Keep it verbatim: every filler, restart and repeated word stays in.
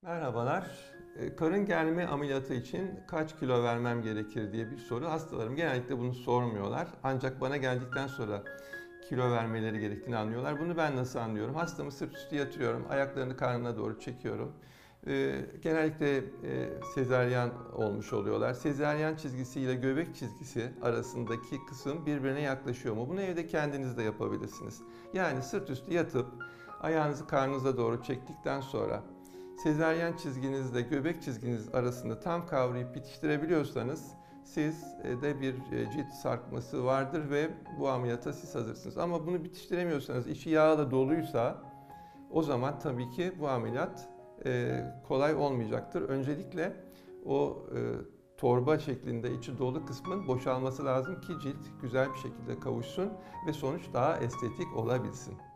Merhabalar. E, Karın germe ameliyatı için kaç kilo vermem gerekir diye bir soru. Hastalarım genellikle bunu sormuyorlar. Ancak bana geldikten sonra kilo vermeleri gerektiğini anlıyorlar. Bunu ben nasıl anlıyorum? Hastamı sırt üstü yatırıyorum. Ayaklarını karnına doğru çekiyorum. E, genellikle e, sezaryen olmuş oluyorlar. Sezaryen çizgisi ile göbek çizgisi arasındaki kısım birbirine yaklaşıyor mu? Bunu evde kendiniz de yapabilirsiniz. Yani sırt üstü yatıp ayağınızı karnınıza doğru çektikten sonra sezaryen çizginizle göbek çizginiz arasında tam kavrayıp bitiştirebiliyorsanız siz de bir cilt sarkması vardır ve bu ameliyata siz hazırsınız. Ama bunu bitiştiremiyorsanız, içi yağla doluysa o zaman tabii ki bu ameliyat kolay olmayacaktır. Öncelikle o torba şeklinde içi dolu kısmın boşalması lazım ki cilt güzel bir şekilde kavuşsun ve sonuç daha estetik olabilsin.